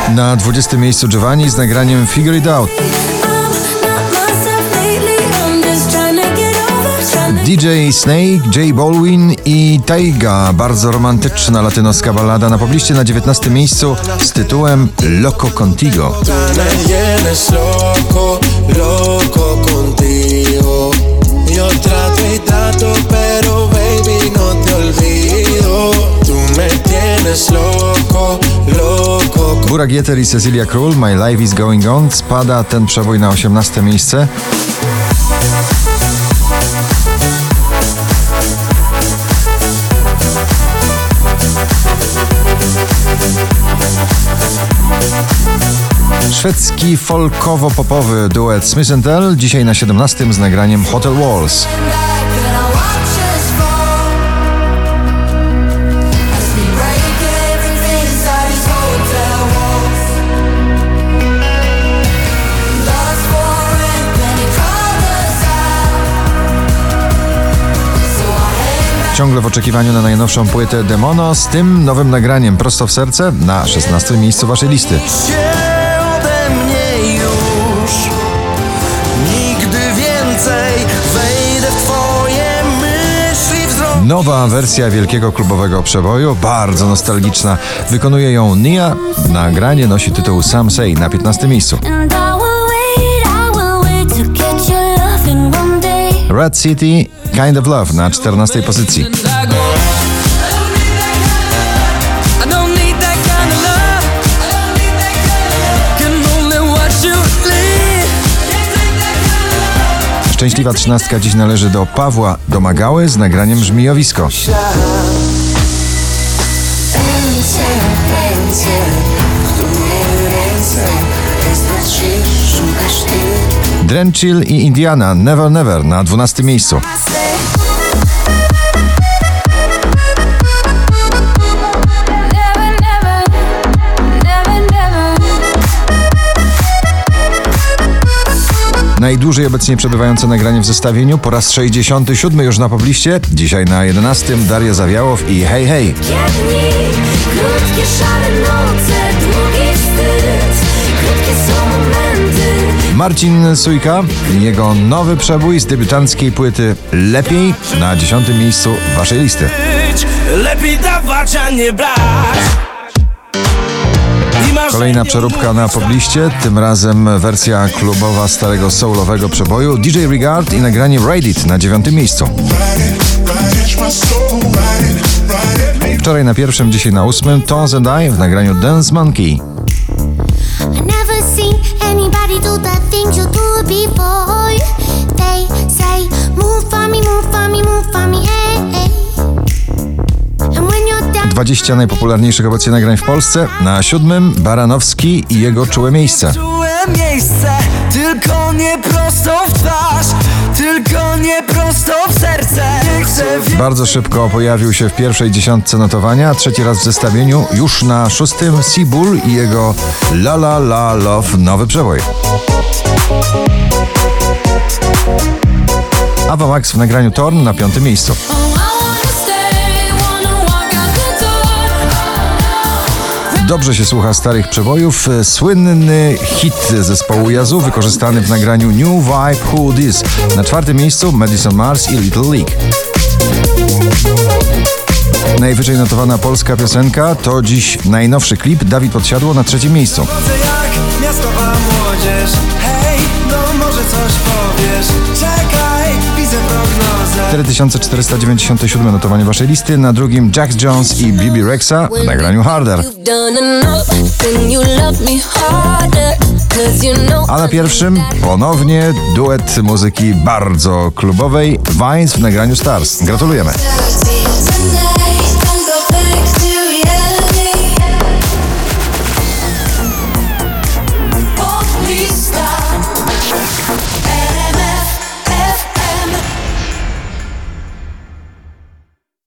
Na 20. miejscu Giovanni z nagraniem Figure It Out. DJ Snake, J Balwin i Taiga. Bardzo romantyczna latynoska ballada na pobliście na 19. miejscu z tytułem Loco Contigo. Burak Yeter i Cecilia Król, My Life is Going On. Spada ten przebój na 18. miejsce. Szwedzki folkowo-popowy duet Smith & Tell dzisiaj na 17. z nagraniem Hotel Walls. Ciągle w oczekiwaniu na najnowszą płytę Demono z tym nowym nagraniem prosto w serce na 16. miejscu waszej listy. Nowa wersja wielkiego klubowego przeboju, bardzo nostalgiczna. Wykonuje ją Nia. Nagranie nosi tytuł Some Say na 15. miejscu. Red City, Kind of Love na 14. pozycji. Szczęśliwa 13 dziś należy do Pawła Domagały z nagraniem Żmijowisko. Drenchill i Indiana Never Never na 12. miejscu. Najdłużej obecnie przebywające nagranie w zestawieniu, po raz 67 już na pobliście, dzisiaj na 11. Daria Zawiałow i Hej Hej. Krótkie szare noce, długi wstyd, krótkie są momenty. Marcin Sujka, jego nowy przebój z debiutanckiej płyty Lepiej na 10. miejscu waszej listy. Lepiej dawać, a nie brać. Kolejna przeróbka na pobliście, tym razem wersja klubowa starego soulowego przeboju DJ Regard i nagranie Ride It na 9. miejscu. Wczoraj na 1., dzisiaj na 8. Tones and I w nagraniu Dance Monkey. Dwadzieścia najpopularniejszych obecnie nagrań w Polsce. Na 7. Baranowski i jego Czułe miejsce. Tylko nie prosto w twarz, tylko nie prosto w serce. Bardzo szybko pojawił się w pierwszej 10 notowania, trzeci raz w zestawieniu, już na 6. Seabull i jego La La La Love, nowy przebój. Ava Max w nagraniu Torn na 5. miejscu. Dobrze się słucha starych przebojów. Słynny hit zespołu Yazoo wykorzystany w nagraniu New Vibe Who This. Na 4. miejscu Madison Mars i Little League. Najwyżej notowana polska piosenka to dziś najnowszy klip Dawid Podsiadło na 3. miejscu. Jak miastowa młodzież, hej, no może coś powiesz, czekaj, widzę prognozę. 4497 notowanie waszej listy, na 2. Jax Jones i Bibi Rexa w nagraniu Harder. A na 1. ponownie duet muzyki bardzo klubowej, Vines w nagraniu Stars. Gratulujemy.